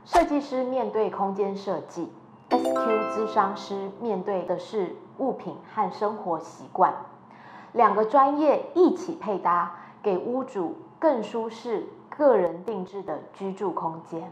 设计师面对空间设计 ，SQ 咨商师面对的是物品和生活习惯，两个专业一起配搭，给屋主更舒适、个人定制的居住空间。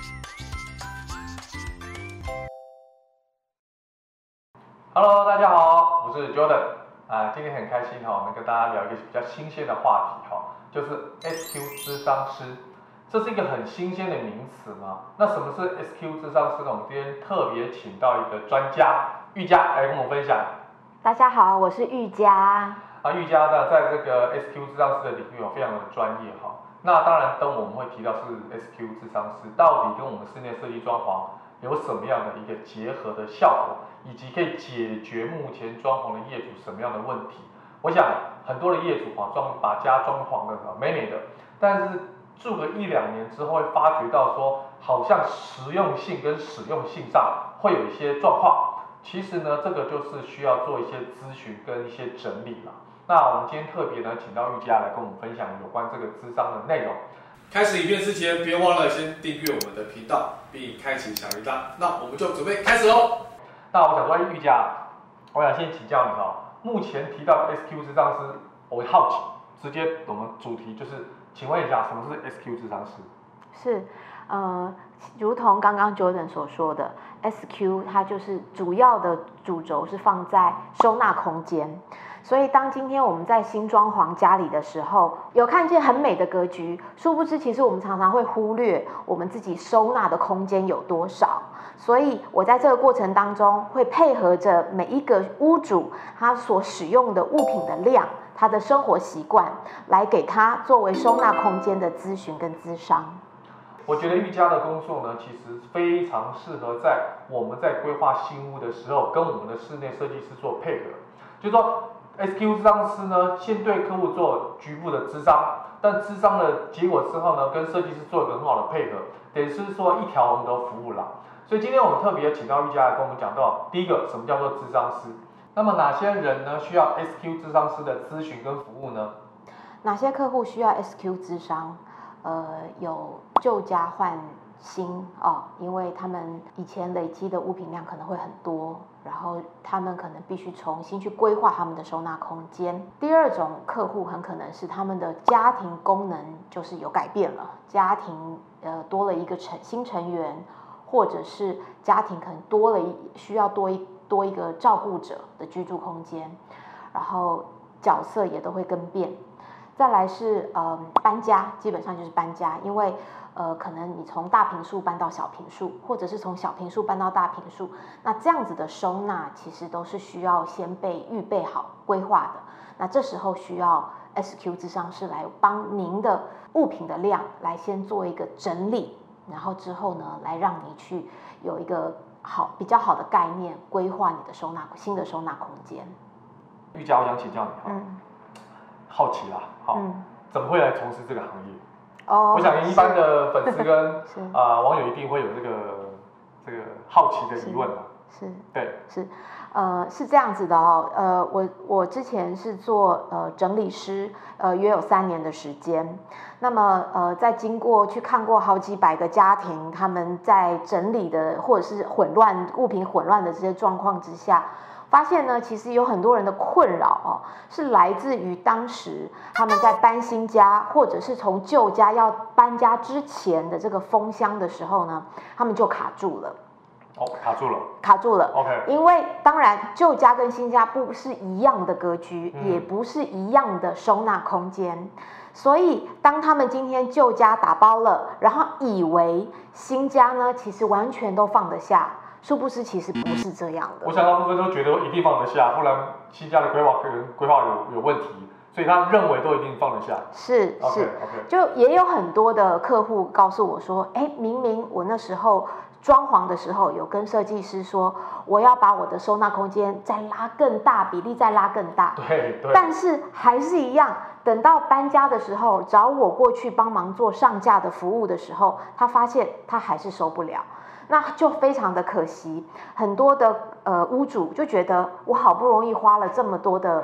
Hello， 大家好，我是 Jordan 今天很开心能跟大家聊一个比较新鲜的话题就是 SQ 咨商师。这是一个很新鲜的名词吗？那什么是 SQ 咨商师呢？我们今天特别请到一个专家玉佳来跟我们分享。 大家好，我是玉佳。 玉佳呢，在这个 SQ 咨商师的领域非常的专业那当然，等我们会提到是 SQ 咨商师到底跟我们室内设计装潢有什么样的一个结合的效果，以及可以解决目前装潢的业主什么样的问题。我想很多的业主把家装潢的美美的，但是住个1-2年之后会发觉到说，好像实用性跟使用性上会有一些状况。其实呢，这个就是需要做一些咨询跟一些整理了。那我们今天特别呢，请到玉佳来跟我们分享有关这个咨商的内容。 开始影片之前，别忘了先订阅我们的频道，并开启小铃铛。那我们就准备开始喽。 那我想说，玉佳，我想先请教你目前提到的 SQ 咨商师，我会好奇，直接我们主题就是，请问一下，什么是 SQ 咨商师？ 是，如同刚刚 Jordan 所说的 ，SQ 它就是主要的主轴是放在收纳空间。所以，当今天我们在新装潢家里的时候，有看见很美的格局，殊不知其实我们常常会忽略我们自己收纳的空间有多少。所以我在这个过程当中，会配合着每一个屋主他所使用的物品的量，他的生活习惯，来给他作为收纳空间的咨询跟咨商。 我觉得玉佳的工作呢，其实非常适合在我们在规划新屋的时候，跟我们的室内设计师做配合。就是说，SQ 咨商师呢，先对客户做局部的咨商，但咨商的结果之后呢，跟设计师做一个很好的配合，等于是说一条龙的服务啦。所以今天我们特别请到玉佳来跟我们讲到，第一个什么叫做咨商师？那么哪些人呢需要 SQ 咨商师的咨询跟服务呢？ 哪些客户需要 SQ 咨商？有旧家换新因为他们以前累积的物品量可能会很多，然后他们可能必须重新去规划他们的收纳空间。第二种客户很可能是他们的家庭功能就是有改变了，家庭多了一个新成员，或者是家庭可能需要多一个照顾者的居住空间，然后角色也都会更变。再来是搬家，基本上就是搬家，因为可能你从大坪数搬到小坪数，或者是从小坪数搬到大坪数，那这样子的收纳其实都是需要先被预备好规划的。那这时候需要 SQ 咨商师来帮您的物品的量来先做一个整理，然后之后呢，来让你去有一个比较好的概念，规划你的新的收纳空间。 玉佳，我想请教你好奇啦，怎么会来从事这个行业？我想一般的粉丝跟网友一定会有这个好奇的疑问是， 对， 是这样子的我之前是做整理师，约有3年的时间。那么在经过去看过好几百个家庭，他们在整理的或者是物品混乱的这些状况之下，发现呢，其实有很多人的困扰是来自于当时他们在搬新家，或者是从旧家要搬家之前的这个封箱的时候呢，他们就卡住了。卡住了。 OK。 因为当然旧家跟新家不是一样的格局，也不是一样的收纳空间，所以当他们今天旧家打包了，然后以为新家呢，其实完全都放得下。殊不知其实不是这样的。 我想大部分都觉得一定放得下，不然新家的规划可能规划有问题，所以他认为都一定放得下。 是，就也有很多的客户告诉我说，明明我那时候装潢的时候有跟设计师说，我要把我的收纳空间再拉更大，比例再拉更大。 对。 但是还是一样，等到搬家的时候，找我过去帮忙做上架的服务的时候，他发现他还是收不了。那就非常的可惜，很多的屋主就觉得我好不容易花了这么多的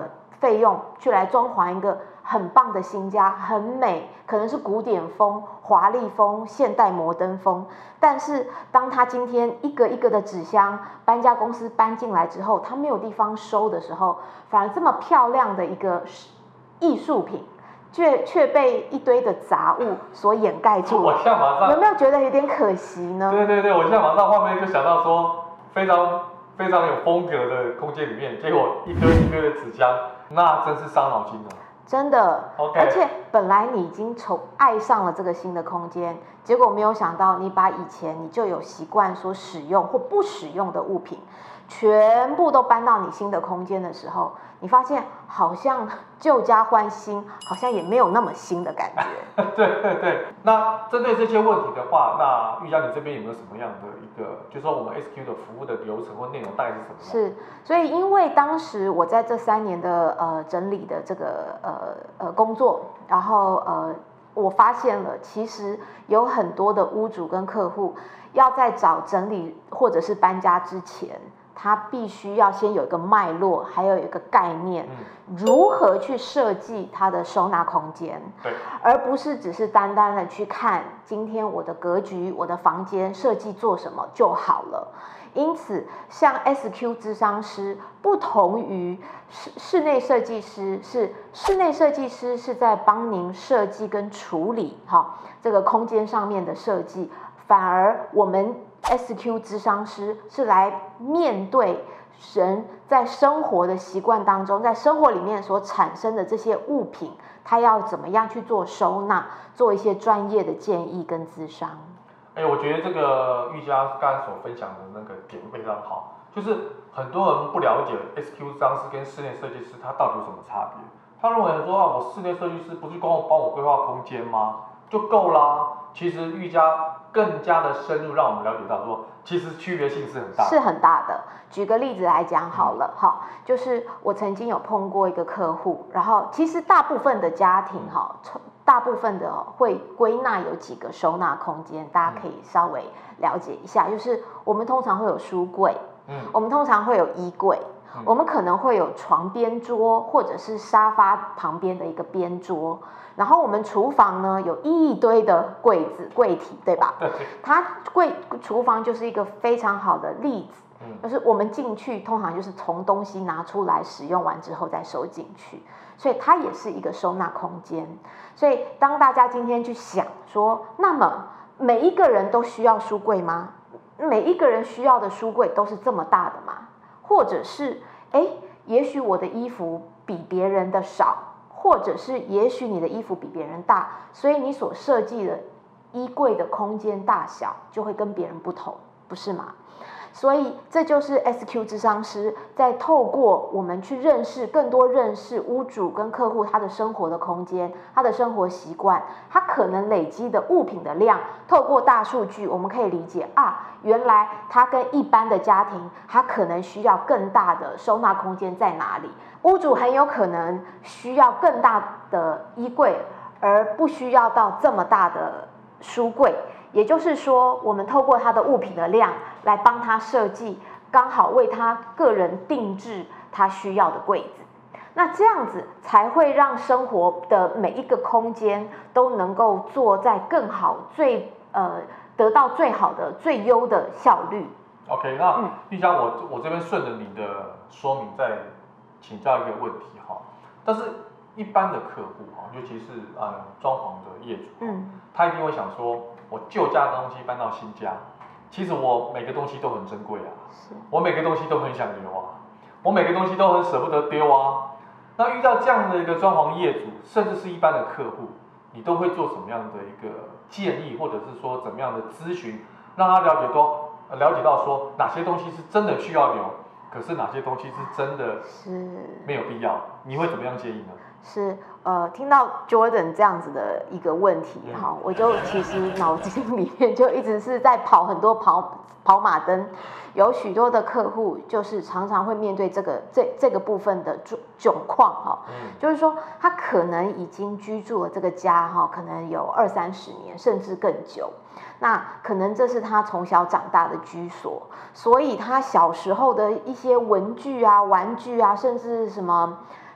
费用去来装潢一个很棒的新家，很美，可能是古典风、华丽风、现代摩登风。但是当他今天一个一个的纸箱搬家公司搬进来之后，他没有地方收的时候，反而这么漂亮的一个艺术品，却被一堆的杂物所掩盖住。 我现在马上有没有觉得有点可惜呢？ 对对对，我现在马上画面就想到说，非常有风格的空间里面，结果一堆一堆的纸箱，那真是伤脑筋了。 真的 OK 而且本来你已经爱上了这个新的空间，结果没有想到你把以前你就有习惯所使用或不使用的物品，全部都搬到你新的空间的时候，你发现好像旧家换新，好像也没有那么新的感觉。 对对对，那针对这些问题的话，那玉佳你这边有没有什么样的一个，就是说我们 SQ 的服务的流程或内容大概是什么样？ 是，所以因为当时我在这3年的整理的这个工作，然后我发现了其实有很多的屋主跟客户要在找整理或者是搬家之前，他必须要先有一个脉络，还有一个概念，如何去设计它的收纳空间， 对， 而不是只是单单的去看今天我的格局、我的房间设计做什么就好了。因此，像 SQ 咨商师不同于室内设计师，室内设计师是在帮您设计跟处理这个空间上面的设计，反而我们 SQ 咨商师是来面对人在生活的习惯当中，在生活里面所产生的这些物品，他要怎么样去做收纳，做一些专业的建议跟咨商。 我觉得这个玉佳刚才所分享的那个点非常好，就是很多人不了解 SQ 咨商师跟室内设计师他到底有什么差别。他认为说我室内设计师不是帮我规划空间吗？就够啦。其实玉佳更加的深入，让我们了解到说，其实区别性是很大的。 是很大的。举个例子来讲好了，就是我曾经有碰过一个客户，然后其实大部分的家庭大部分的会归纳有几个收纳空间，大家可以稍微了解一下。就是我们通常会有书柜，我们通常会有衣柜，我们可能会有床边桌，或者是沙发旁边的一个边桌。然后我们厨房呢有一堆的柜子柜体，对吧？它厨房就是一个非常好的例子。就是我们进去通常就是从东西拿出来使用完之后再收进去，所以它也是一个收纳空间。所以当大家今天去想说，那么每一个人都需要书柜吗？每一个人需要的书柜都是这么大的吗？或者是也许我的衣服比别人的少，或者是也许你的衣服比别人大，所以你所设计的衣柜的空间大小就会跟别人不同，不是吗？所以这就是 SQ 咨商师在透过我们去更多认识屋主跟客户他的生活的空间，他的生活习惯，他可能累积的物品的量，透过大数据我们可以理解原来他跟一般的家庭他可能需要更大的收纳空间在哪里，屋主很有可能需要更大的衣柜，而不需要到这么大的书柜。也就是说，我们透过他的物品的量来帮他设计，刚好为他个人定制他需要的柜子。那这样子才会让生活的每一个空间都能够做在更好、得到最好的、最优的效率。 OK， 那玉佳，我这边顺着你的说明再请教一个问题但是一般的客户尤其是装潢的业主他一定会想说，我旧家的东西搬到新家，其实我每个东西都很珍贵我每个东西都很想留我每个东西都很舍不得丢那遇到这样的一个装潢业主，甚至是一般的客户，你都会做什么样的一个建议，或者是说怎么样的咨询，让他了解到说哪些东西是真的需要留，可是哪些东西是真的没有必要，你会怎么样建议呢？ 是听到 Jordan 这样子的一个问题我就其实脑筋里面就一直是在跑很多跑马灯，有许多的客户就是常常会面对这个部分的窘况就是说他可能已经居住了这个家可能有20-30年甚至更久，那可能这是他从小长大的居所，所以他小时候的一些文具玩具甚至什么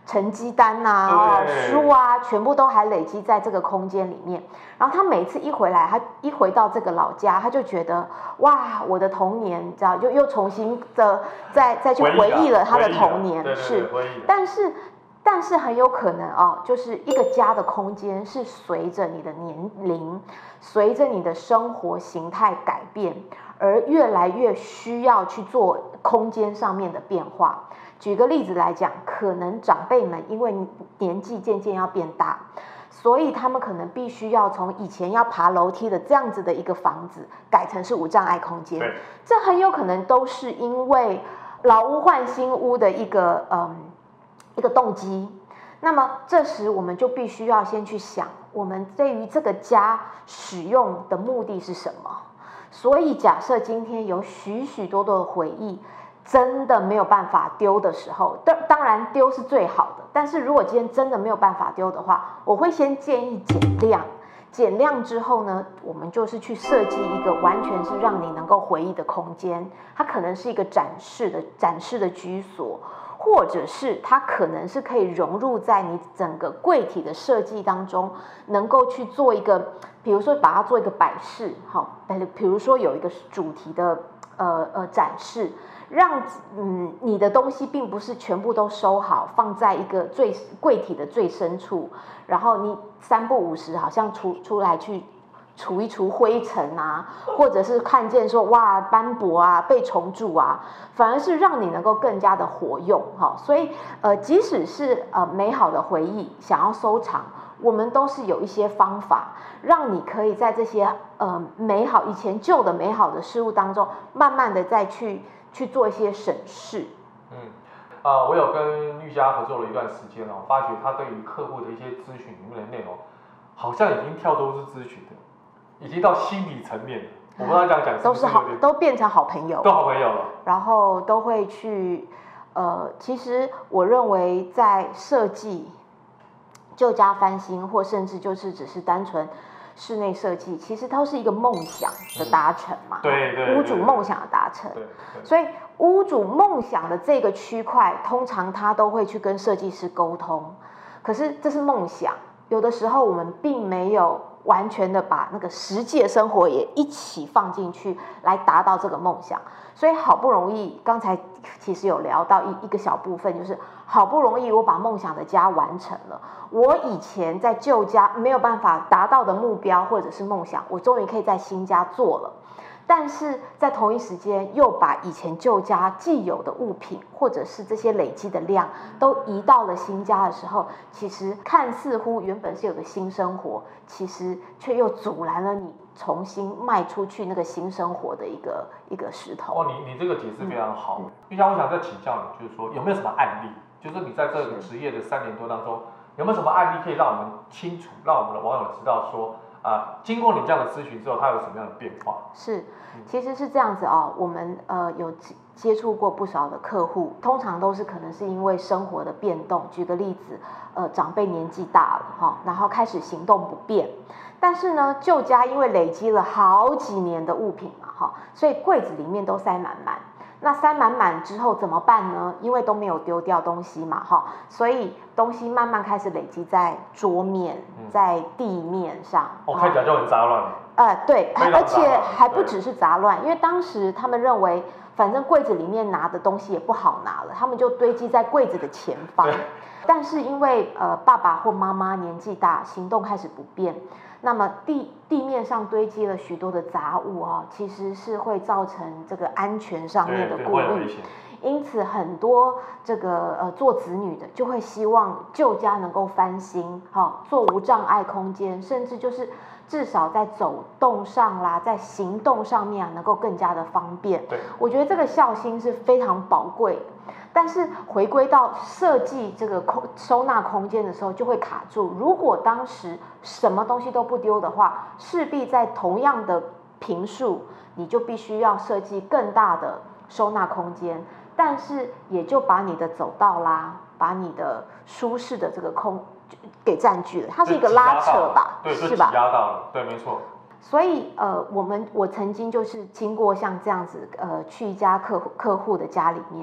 成绩单啊、书啊，全部都还累积在这个空间里面。然后他每次一回来，他一回到这个老家，他就觉得哇，我的童年，知道又重新的再去回忆了他的童年，是。但是很有可能啊，就是一个家的空间是随着你的年龄，随着你的生活形态改变，而越来越需要去做空间上面的变化。举个例子来讲，可能长辈们因为年纪渐渐要变大，所以他们可能必须要从以前要爬楼梯的这样子的一个房子，改成是无障碍空间。这很有可能都是因为老屋换新屋的一个动机。那么这时我们就必须要先去想，我们对于这个家使用的目的是什么。所以假设今天有许许多多的回忆真的没有办法丢的时候，当然丢是最好的，但是如果今天真的没有办法丢的话，我会先建议减量之后呢，我们就是去设计一个完全是让你能够回忆的空间。它可能是一个展示的居所，或者是它可能是可以融入在你整个柜体的设计当中，能够去做一个，比如说把它做一个摆饰，好，比如说有一个主题的展示，让你的东西并不是全部都收好放在一个柜体的最深处，然后你3不5时好像出来去除一除灰尘啊，或者是看见说哇斑驳啊被虫蛀啊，反而是让你能够更加的活用哈。所以即使是美好的回忆想要收藏，我们都是有一些方法，让你可以在这些以前旧的美好的事物当中，慢慢的再去做一些审视。 我有跟玉佳合作了一段时间了，我发觉他对于客户的一些咨询里面的内容，好像已经跳脱是咨询的，已经到心理层面了。我不知道这样讲是不是都变成好朋友， 都好朋友了， 然后都会去其实我认为在设计旧家翻新，或甚至就是只是单纯室内设计，其实都是一个梦想的达成嘛， 对， 屋主梦想的达成，所以屋主梦想的这个区块，通常他都会去跟设计师沟通。可是这是梦想，有的时候我们并没有完全的把那个实际的生活也一起放进去，来达到这个梦想。所以好不容易，刚才其实有聊到一个小部分，就是好不容易我把梦想的家完成了，我以前在旧家没有办法达到的目标或者是梦想，我终于可以在新家做了。但是在同一时间又把以前旧家既有的物品或者是这些累积的量都移到了新家的时候，其实看似乎原本是有个新生活，其实却又阻拦了你重新迈出去那个新生活的一个石头。 你这个解释非常好。玉佳，我想再请教你，就是说有没有什么案例，就是你在这个职业的3年多当中，有没有什么案例可以让我们清楚，让我们的网友知道说经过你这样的咨询之后，它有什么样的变化？ 是，其实是这样子哦。我们有接触过不少的客户，通常都是可能是因为生活的变动。举个例子，长辈年纪大了哈，然后开始行动不便，但是呢，旧家因为累积了好几年的物品嘛哈，所以柜子里面都塞满满。那塞满满之后怎么办呢？因为都没有丢掉东西嘛哈，所以东西慢慢开始累积在桌面、在地面上。 看起来就很杂乱。 对，而且还不只是杂乱，因为当时他们认为，反正柜子里面拿的东西也不好拿了，他们就堆积在柜子的前方。但是因为爸爸或妈妈年纪大，行动开始不便，那么地面上堆积了许多的杂物其实是会造成这个安全上面的顾虑。因此很多这个做子女的就会希望旧家能够翻新，做无障碍空间，甚至就是至少在走动上啦，在行动上面能够更加的方便。我觉得这个孝心是非常宝贵的。但是回归到设计这个收纳空间的时候，就会卡住。如果当时什么东西都不丢的话，势必在同样的坪数，你就必须要设计更大的收纳空间，但是也就把你的走道啦，把你的舒适的这个空给占据了，它是一个拉扯吧，是吧？ 压到了，对，没错。 所以我曾经就是经过像这样子去一家客户的家里面，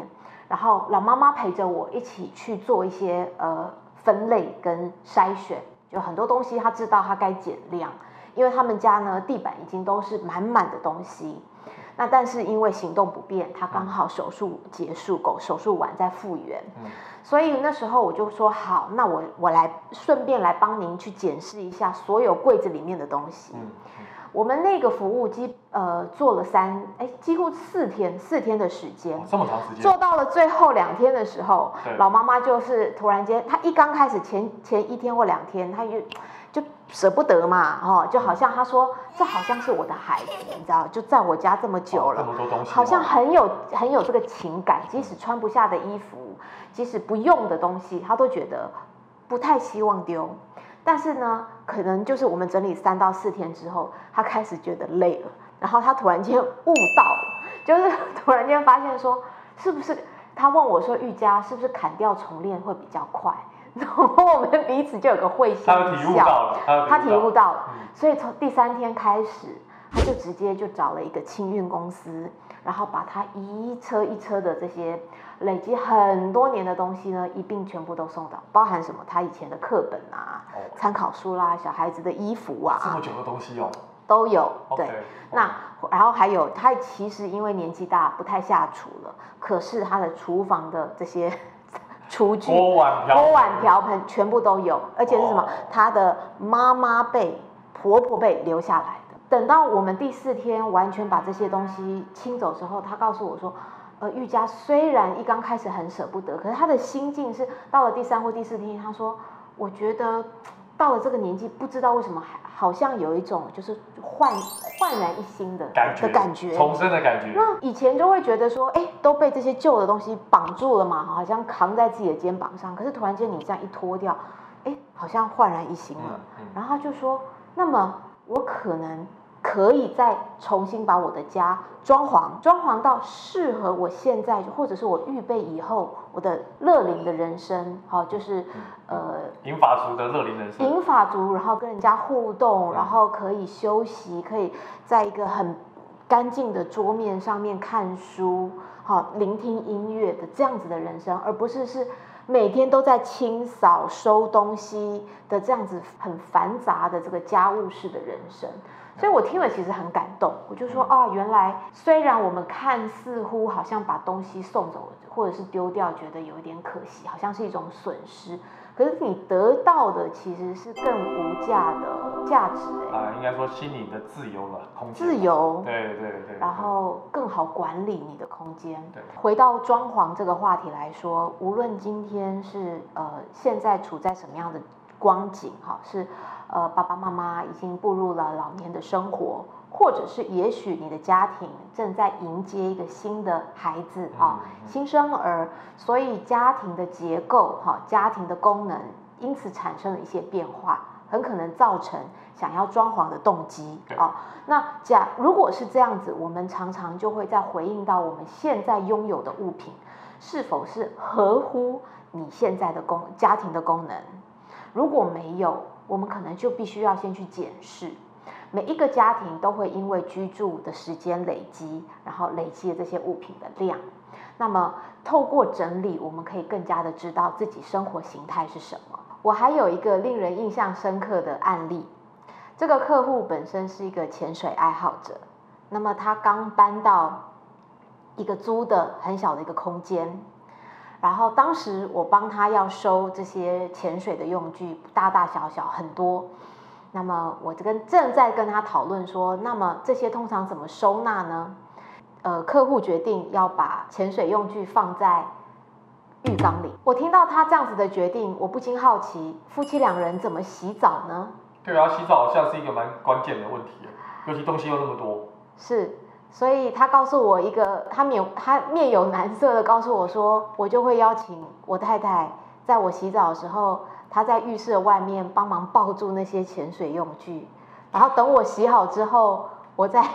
然后老妈妈陪着我一起去做一些分类跟筛选，就很多东西她知道她该减量，因为他们家呢地板已经都是满满的东西。那但是因为行动不便，他刚好手术结束，狗手术完再复原，所以那时候我就说好，那我来顺便来帮您去检视一下所有柜子里面的东西。我们那个服务做了几乎4天的时间， 这么长时间， 做到了最后2天的时候，老妈妈就是突然间，她一刚开始前1天或2天，她就舍不得嘛，就好像她说这好像是我的孩子，你知道，就在我家这么久了， 这么多东西， 好像很有这个情感，即使穿不下的衣服，即使不用的东西，她都觉得不太希望丢。但是呢，可能就是我们整理3到4天之后，他开始觉得累了，然后他突然间悟到了，就是突然间发现说，是不是他问我说，玉佳是不是砍掉重练会比较快？然后我们彼此就有个会心一笑。 他体悟到了， 他体悟到了，所以从第3天开始，他就直接就找了一个清运公司，然后把他一车一车的这些累积很多年的东西呢，一并全部都送到，包含什么？他以前的课本啊、参考书啦、小孩子的衣服啊， 这么久的东西都有。对， 那然后还有他其实因为年纪大，不太下厨了，可是他的厨房的这些厨具、锅碗瓢盆全部都有，而且是什么？他的妈妈辈、婆婆辈留下来的。等到我们第4天完全把这些东西清走之后，他告诉我说，玉佳虽然一刚开始很舍不得，可是他的心境是到了第3或第4天，他说，我觉得到了这个年纪，不知道为什么好像有一种就是焕然一新的感觉， 重生的感觉。 那以前就会觉得说，都被这些旧的东西绑住了嘛，好像扛在自己的肩膀上。可是突然间你这样一脱掉，好像焕然一新了。然后他就说，那么我可能可以再重新把我的家装潢到适合我现在，或者是我预备以后我的乐龄的人生，就是银发族的乐龄人生。 银发族，然后跟人家互动，然后可以休息，可以在一个很干净的桌面上面看书，聆听音乐的这样子的人生，而不是每天都在清扫收东西的这样子很繁杂的这个家务式的人生。所以我听了其实很感动，我就说原来虽然我们看似乎好像把东西送走或者是丢掉，觉得有一点可惜，好像是一种损失，可是你得到的其实是更无价的价值应该说心灵的自由了，空间自由， 对， 然后更好管理你的空间。回到装潢这个话题来说，无论今天是现在处在什么样的光景，是爸爸妈妈已经步入了老年的生活，或者是也许你的家庭正在迎接一个新的孩子新生儿，所以家庭的结构家庭的功能因此产生了一些变化，很可能造成想要装潢的动机那如果是这样子，我们常常就会再回应到我们现在拥有的物品是否是合乎你现在的家庭的功能。如果没有，我们可能就必须要先去检视。每一个家庭都会因为居住的时间累积，然后累积了这些物品的量。那么透过整理，我们可以更加的知道自己生活形态是什么。我还有一个令人印象深刻的案例，这个客户本身是一个潜水爱好者，那么他刚搬到一个租的很小的一个空间，然后当时我帮他要收这些潜水的用具，大大小小很多。那么我正在跟他讨论说，那么这些通常怎么收纳呢？客户决定要把潜水用具放在浴缸里。我听到他这样子的决定，我不禁好奇，夫妻2人怎么洗澡呢？ 对啊，洗澡好像是一个蛮关键的问题，尤其东西又那么多。 是。所以他告诉我一个，他面有难色的告诉我说，我就会邀请我太太，在我洗澡的时候，她在浴室的外面帮忙抱住那些潜水用具，然后等我洗好之后，我再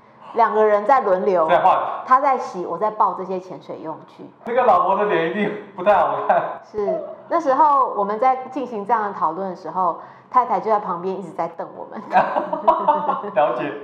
2个人再轮流， 再换， 他在洗，我在抱这些潜水用具。 那个老婆的脸一定不太好看。 是，那时候我们在进行这样的讨论的时候，太太就在旁边一直在瞪我们。 了解。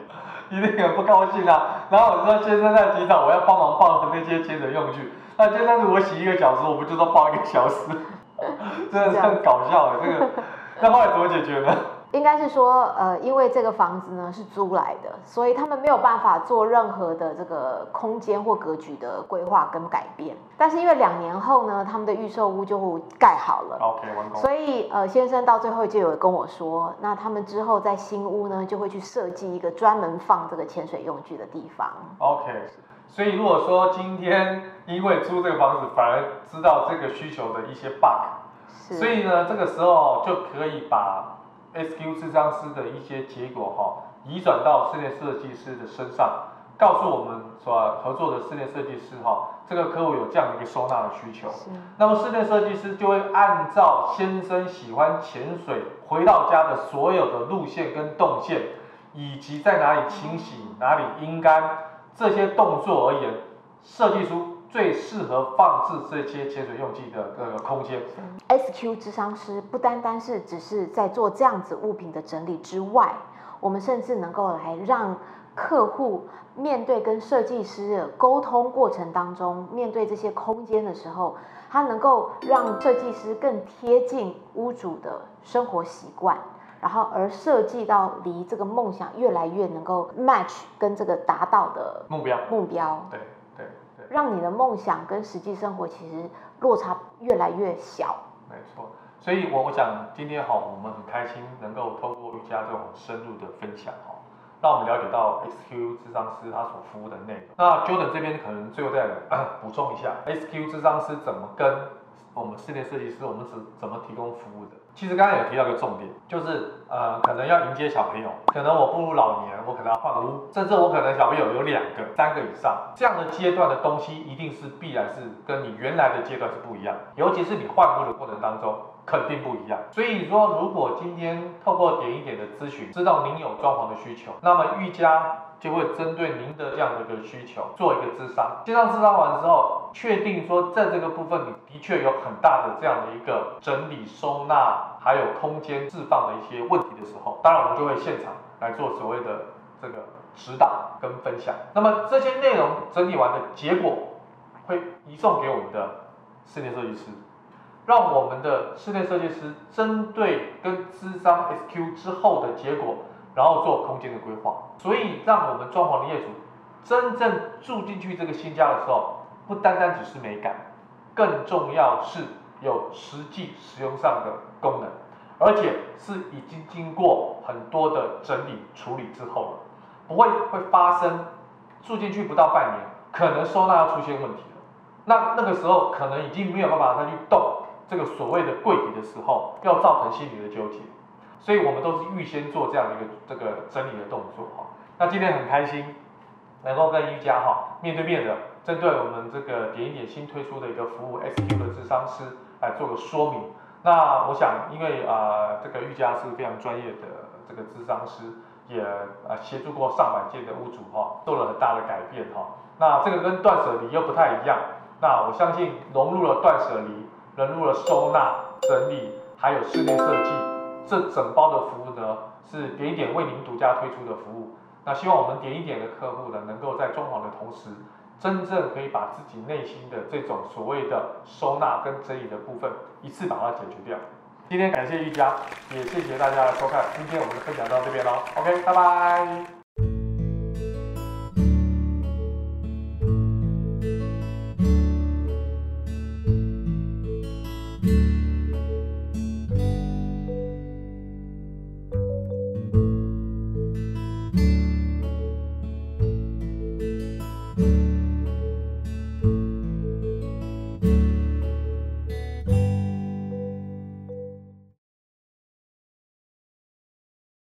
一定很不高兴啊。然后我说先生在机场，我要帮忙抱那些潜水用具。那先生如果洗1个小时，我不就说抱1个小时？真的是很搞笑这个。那后来怎么解决呢？ 应该是说，因为这个房子呢是租来的，所以他们没有办法做任何的这个空间或格局的规划跟改变。但是因为2年后呢，他们的预售屋就盖好了 ，OK， 完工。 所以先生到最后就有跟我说，那他们之后在新屋呢就会去设计一个专门放这个潜水用具的地方。 OK， 所以如果说今天因为租这个房子，反而知道这个需求的一些 bug， 所以呢，这个时候就可以把SQ 智商师的一些结果移转到室内设计师的身上，告诉我们所合作的室内设计师这个客户有这样的一个收纳的需求，那么室内设计师就会按照先生喜欢潜水回到家的所有的路线跟动线，以及在哪里清洗、哪里阴干这些动作而言，设计出最适合放置这些潜水用具的空间。 SQ 智商师不单单是只是在做这样子物品的整理之外，我们甚至能够来让客户面对跟设计师的沟通过程当中，面对这些空间的时候，他能够让设计师更贴近屋主的生活习惯，然后而设计到离这个梦想越来越能够 match 跟这个达到的目标。 对， 让你的梦想跟实际生活其实落差越来越小。 没错，所以我想今天我们很开心能够透过瑜伽这种深入的分享让我们了解到 SQ 智商师他所服务的内容。那 Jordan 这边可能最后再补充一下 ，SQ 智商师怎么跟我们室内设计师，我们怎么提供服务的？其实刚才有提到一个重点，就是可能要迎接小朋友，可能我步入老年，我可能要换屋，甚至我可能小朋友有2个、3个以上，这样的阶段的东西一定是必然是跟你原来的阶段是不一样，尤其是你换屋的过程当中。肯定不一样，所以说如果今天透过点一点的咨询，知道您有装潢的需求，那么瑜伽就会针对您的这样的一个需求做一个咨商。线上咨商完之后，确定说在这个部分你的确有很大的这样的一个整理收纳，还有空间释放的一些问题的时候，当然我们就会现场来做所谓的这个指导跟分享。那么这些内容整理完的结果，会移送给我们的室内设计师。让我们的室内设计师针对跟咨商 SQ 之后的结果，然后做空间的规划，所以让我们装潢的业主真正住进去这个新家的时候，不单单只是美感，更重要是有实际使用上的功能，而且是已经经过很多的整理处理之后了，不会发生住进去不到半年，可能收纳要出现问题了，那个时候可能已经没有办法再去动这个所谓的柜体的时候，要造成心理的纠结，所以我们都是预先做这样的一个这个整理的动作那今天很开心能够跟瑜伽面对面的针对我们这个点一点新推出的一个服务 SQ 的咨商师来做个说明。那我想，因为这个瑜伽是非常专业的这个咨商师，也协助过上百件的屋主做了很大的改变那这个跟断舍离又不太一样。那我相信融入了断舍离，融入了收纳、整理，还有室内设计，这整包的服务呢，是点一点为您独家推出的服务。那希望我们点一点的客户呢，能够在装潢的同时，真正可以把自己内心的这种所谓的收纳跟整理的部分，一次把它解决掉。今天感谢瑜伽，也谢谢大家的收看，今天我们的分享到这边咯 ，OK， 拜拜。